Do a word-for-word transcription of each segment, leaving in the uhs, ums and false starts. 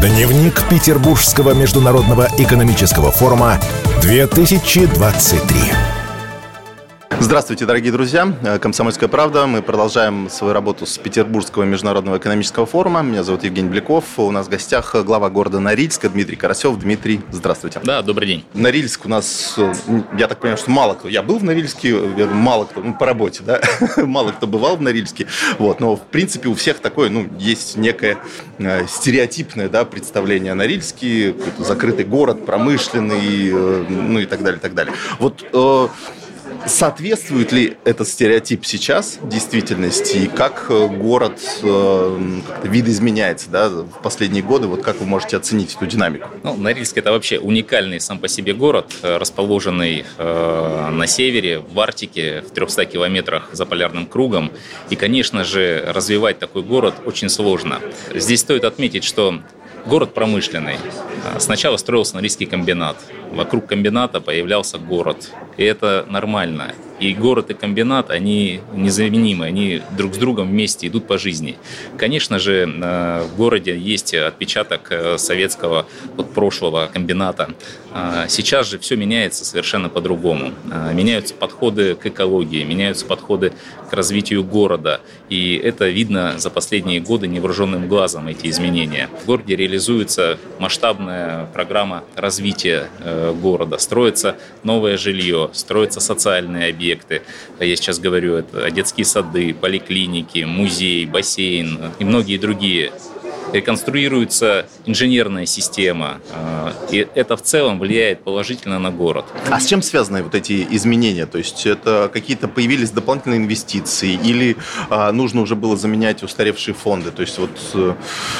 Дневник Петербургского международного экономического форума две тысячи двадцать три. Здравствуйте, дорогие друзья. «Комсомольская правда». Мы продолжаем свою работу с Петербургского международного экономического форума. Меня зовут Евгений Беляков. У нас в гостях глава города Норильска Дмитрий Карасев. Дмитрий, здравствуйте. Да, добрый день. Норильск у нас, я так понимаю, что мало кто. Я был в Норильске, мало кто, ну, по работе, да, мало кто бывал в Норильске. Вот, но, в принципе, у всех такое, ну, есть некое стереотипное, да, представление о Норильске, закрытый город, промышленный, ну, и так далее, и так далее. Вот соответствует ли этот стереотип сейчас действительности, и как город э, как-то видоизменяется, да, в последние годы? Вот как вы можете оценить эту динамику? Ну, Норильск – это вообще уникальный сам по себе город, расположенный э, на севере, в Арктике, в трехстах километрах за полярным кругом. И, конечно же, развивать такой город очень сложно. Здесь стоит отметить, что город промышленный. Сначала строился Норильский комбинат. Вокруг комбината появлялся город. И это нормально. И город, и комбинат, они незаменимы. Они друг с другом вместе идут по жизни. Конечно же, в городе есть отпечаток советского вот, прошлого комбината. Сейчас же все меняется совершенно по-другому. Меняются подходы к экологии, меняются подходы к развитию города. И это видно за последние годы невооруженным глазом, эти изменения. В городе реализуется масштабная программа развития города. Строится новое жилье, строятся социальные объекты. Я сейчас говорю это детские сады, поликлиники, музей, бассейн и многие другие. Реконструируется инженерная система, и это в целом влияет положительно на город. А с чем связаны вот эти изменения? То есть это какие-то появились дополнительные инвестиции или а, нужно уже было заменять устаревшие фонды? То есть вот...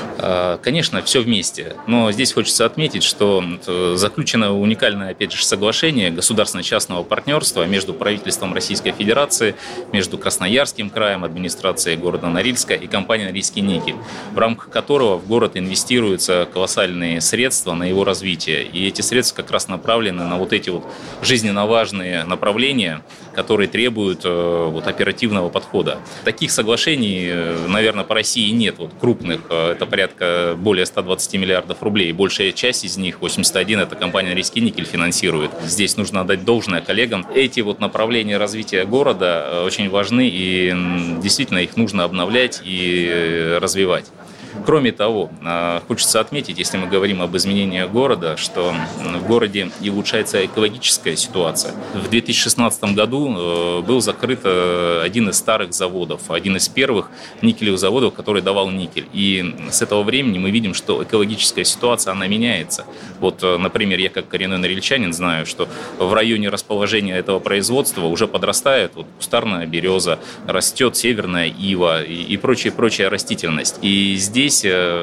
Конечно, все вместе. Но здесь хочется отметить, что заключено уникальное, опять же, соглашение государственно-частного партнерства между правительством Российской Федерации, между Красноярским краем, администрацией города Норильска и компанией «Норильский никель», в рамках которого в город инвестируются колоссальные средства на его развитие. И эти средства как раз направлены на вот эти вот жизненно важные направления, которые требуют вот, оперативного подхода. Таких соглашений, наверное, по России нет, вот, крупных. Это порядка более ста двадцати миллиардов рублей. Большая часть из них, восемьдесят один, это компания «Норильский никель» финансирует. Здесь нужно отдать должное коллегам. Эти вот направления развития города очень важны, и действительно их нужно обновлять и развивать. Кроме того, хочется отметить, если мы говорим об изменении города, что в городе и улучшается экологическая ситуация. В две тысячи шестнадцатом году был закрыт один из старых заводов, один из первых никелевых заводов, который давал никель. И с этого времени мы видим, что экологическая ситуация, она меняется. Вот, например, я как коренной норильчанин знаю, что в районе расположения этого производства уже подрастает вот, кустарная береза, растет северная ива и, и прочая-прочая растительность. И здесь Здесь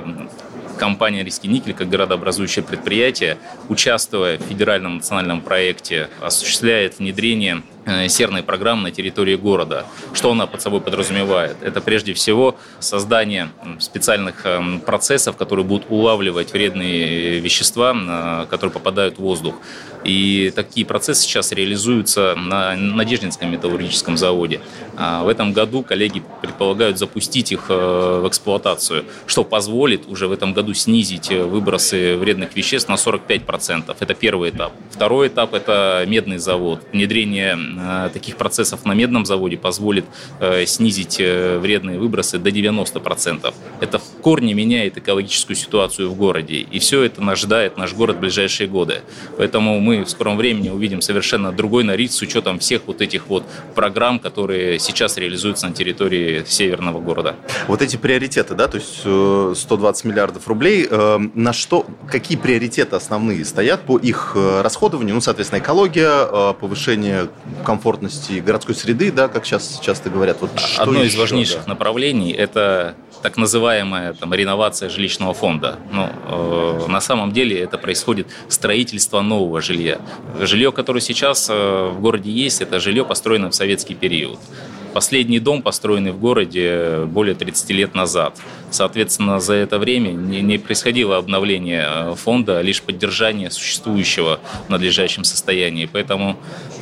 компания «Норильский никель», как городообразующее предприятие, участвуя в федеральном национальном проекте, осуществляет внедрение серной программы на территории города. Что она под собой подразумевает? Это прежде всего создание специальных процессов, которые будут улавливать вредные вещества, которые попадают в воздух. И такие процессы сейчас реализуются на Надеждинском металлургическом заводе. А в этом году коллеги предполагают запустить их в эксплуатацию, что позволит уже в этом году снизить выбросы вредных веществ на сорок пять процентов. Это первый этап. Второй этап – это медный завод. Внедрение таких процессов на медном заводе позволит снизить вредные выбросы до девяноста процентов. Это в корне меняет экологическую ситуацию в городе. И все это нас ждает наш город в ближайшие годы. Поэтому мы в скором времени увидим совершенно другой Норильск с учетом всех вот этих вот программ, которые сейчас реализуются на территории северного города. Вот эти приоритеты, да, то есть сто двадцать миллиардов рублей, на что, какие приоритеты основные стоят по их расходованию? Ну, соответственно, экология, повышение комфортности городской среды, да, как сейчас часто говорят. Вот Одно из еще, важнейших да? направлений – это так называемая там, реновация жилищного фонда. Но э, на самом деле это происходит строительство нового жилья. Жилье, которое сейчас э, в городе есть, это жилье, построенное в советский период. Последний дом, построенный в городе более тридцати лет назад. Соответственно, за это время не, не происходило обновление фонда, а лишь поддержание существующего в надлежащем состоянии. Поэтому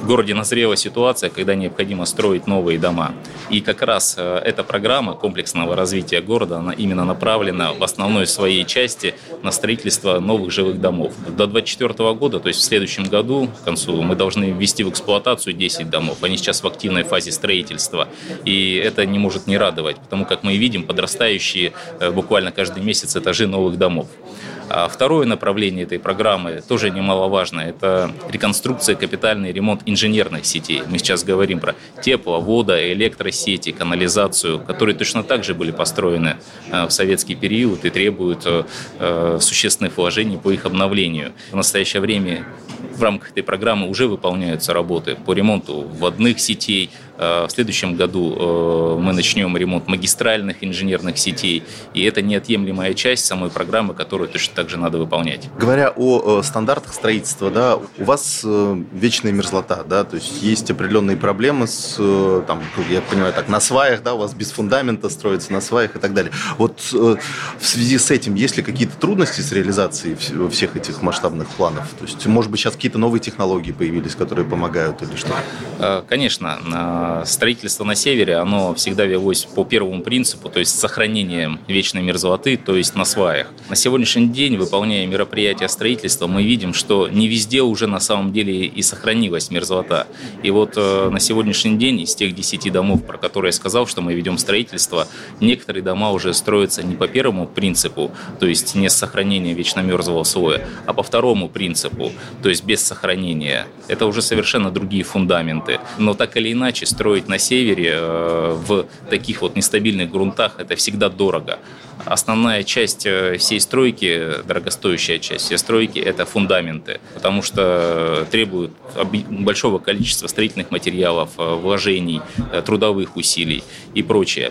в городе назрела ситуация, когда необходимо строить новые дома. И как раз эта программа комплексного развития города, она именно направлена в основной своей части на строительство новых жилых домов. До две тысячи двадцать четвёртого года, то есть в следующем году, к концу, мы должны ввести в эксплуатацию десять домов. Они сейчас в активной фазе строительства. И это не может не радовать, потому как мы видим подрастающие буквально каждый месяц этажи новых домов. А второе направление этой программы, тоже немаловажно, это реконструкция, капитальный ремонт инженерных сетей. Мы сейчас говорим про тепло, вода, электросети, канализацию, которые точно так же были построены в советский период и требуют существенных вложений по их обновлению. В настоящее время в рамках этой программы уже выполняются работы по ремонту водных сетей. В следующем году мы начнем ремонт магистральных инженерных сетей, и это неотъемлемая часть самой программы, которую точно так же надо выполнять. Говоря о стандартах строительства, да, у вас вечная мерзлота, да, то есть есть определенные проблемы с, там, я понимаю, так, на сваях, да, у вас без фундамента строится на сваях и так далее. Вот в связи с этим есть ли какие-то трудности с реализацией всех этих масштабных планов? То есть, может быть, сейчас какие-то новые технологии появились, которые помогают или что? Конечно. Строительство на севере, оно всегда велось по первому принципу, то есть с сохранением вечной мерзлоты, то есть на сваях. На сегодняшний день, выполняя мероприятия строительства, мы видим, что не везде уже на самом деле и сохранилась мерзлота. И вот э, на сегодняшний день из тех десяти домов, про которые я сказал, что мы ведем строительство, некоторые дома уже строятся не по первому принципу, то есть не с сохранением вечно мерзлого слоя, а по второму принципу, то есть без сохранения. Это уже совершенно другие фундаменты. Но так или иначе, строить на севере э, в таких вот нестабильных грунтах это всегда дорого. Основная часть всей стройки, дорогостоящая часть всей стройки, это фундаменты, потому что требуют большого количества строительных материалов, вложений, трудовых усилий и прочее.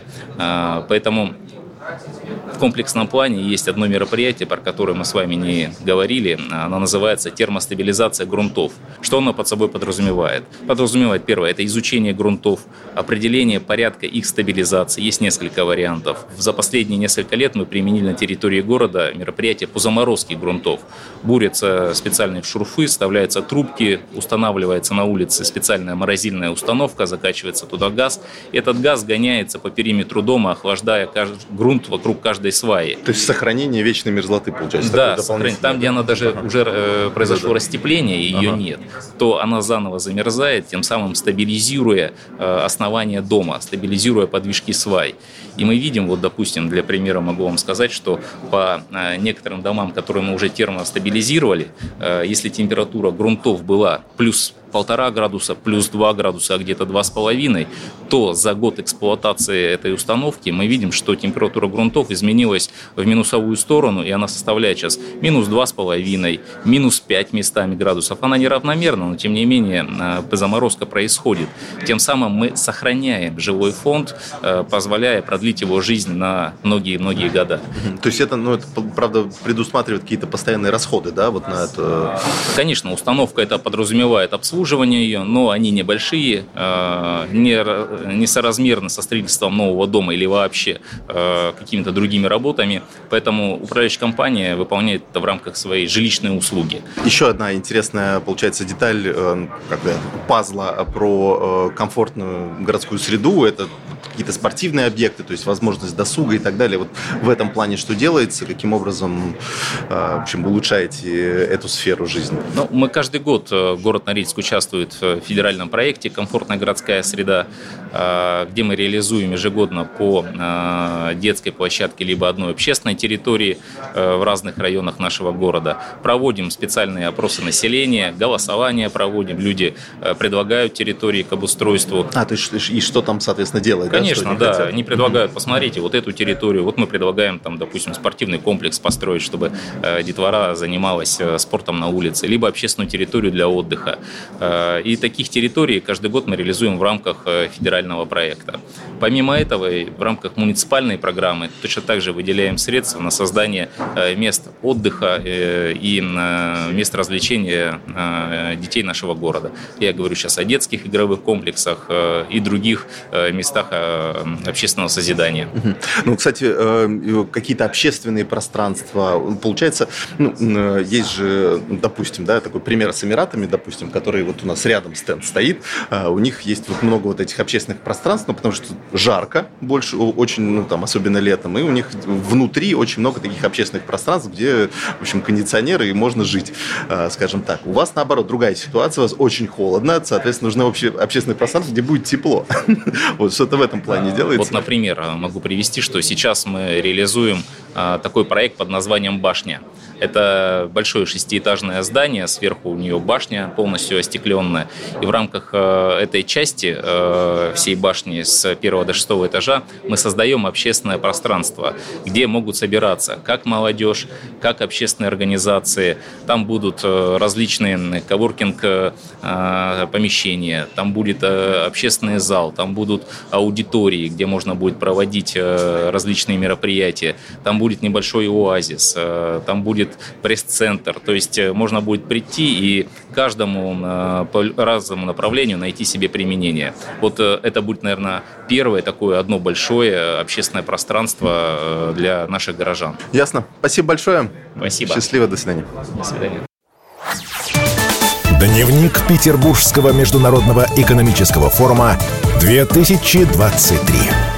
Поэтому в комплексном плане есть одно мероприятие, про которое мы с вами не говорили. Оно называется термостабилизация грунтов. Что оно под собой подразумевает? Подразумевает, первое, это изучение грунтов, определение порядка их стабилизации. Есть несколько вариантов. За последние несколько лет мы применили на территории города мероприятие по заморозке грунтов. Бурятся специальные шурфы, вставляются трубки, устанавливается на улице специальная морозильная установка, закачивается туда газ. Этот газ гоняется по периметру дома, охлаждая грунт вокруг каждой сваи. То есть сохранение вечной мерзлоты, получается? Да, сохранение. Там, где она даже ага. уже э, произошло да, да. растепление, ее ага. нет, то она заново замерзает, тем самым стабилизируя э, основание дома, стабилизируя подвижки свай. И мы видим, вот, допустим, для примера могу вам сказать, что по э, некоторым домам, которые мы уже термостабилизировали, э, если температура грунтов была плюс полтора градуса, плюс два градуса, а где-то два с половиной, то за год эксплуатации этой установки мы видим, что температура грунтов изменилась в минусовую сторону, и она составляет сейчас минус два с половиной, минус пять местами градусов. Она неравномерна, но тем не менее заморозка происходит. Тем самым мы сохраняем жилой фонд, позволяя продлить его жизнь на многие-многие года. То есть это, ну, это, правда, предусматривает какие-то постоянные расходы, да, вот на это? Конечно, установка это подразумевает обслуживание ее, но они небольшие, не, не соразмерны со строительством нового дома или вообще какими-то другими работами, поэтому управляющая компания выполняет это в рамках своей жилищной услуги. Еще одна интересная, получается, деталь как бы, пазла про комфортную городскую среду, это какие-то спортивные объекты, то есть возможность досуга и так далее. Вот в этом плане что делается, каким образом в общем, улучшаете эту сферу жизни? Ну, мы каждый год, город Норильск участвует в федеральном проекте «Комфортная городская среда», где мы реализуем ежегодно по детской площадке либо одной общественной территории в разных районах нашего города. Проводим специальные опросы населения, голосование проводим, люди предлагают территории к обустройству. А, то есть и что там, соответственно, делать? Конечно, да, да. Они предлагают, посмотрите, вот эту территорию, вот мы предлагаем там, допустим, спортивный комплекс построить, чтобы э, детвора занималась э, спортом на улице, либо общественную территорию для отдыха. Э, и таких территорий каждый год мы реализуем в рамках э, федерального проекта. Помимо этого, в рамках муниципальной программы точно так же выделяем средства на создание э, мест отдыха э, и э, мест развлечения э, детей нашего города. Я говорю сейчас о детских игровых комплексах э, и других э, местах для общественного созидания. Ну, кстати, какие-то общественные пространства, получается, ну, есть же, допустим, да, такой пример с Эмиратами, допустим, который вот у нас рядом стенд стоит, у них есть вот много вот этих общественных пространств, ну, потому что жарко больше, очень, ну, там, особенно летом, и у них внутри очень много таких общественных пространств, где, в общем, кондиционеры, и можно жить, скажем так. У вас, наоборот, другая ситуация, у вас очень холодно, соответственно, нужны вообще общественные пространства, где будет тепло. Вот что-то в этом плане делается. Вот, например, могу привести, что сейчас мы реализуем такой проект под названием «Башня». Это большое шестиэтажное здание, сверху у нее башня полностью остекленная. И в рамках этой части всей башни с первого до шестого этажа мы создаем общественное пространство, где могут собираться как молодежь, как общественные организации. Там будут различные коворкинг-помещения, там будет общественный зал, там будут аудитории, где можно будет проводить различные мероприятия. Там будет небольшой оазис, там будет пресс-центр, то есть можно будет прийти и каждому по разному направлению найти себе применение. Вот это будет, наверное, первое такое одно большое общественное пространство для наших горожан. Ясно. Спасибо большое. Спасибо. Счастливо, до свидания. До свидания. Дневник Петербургского международного экономического форума две тысячи двадцать три.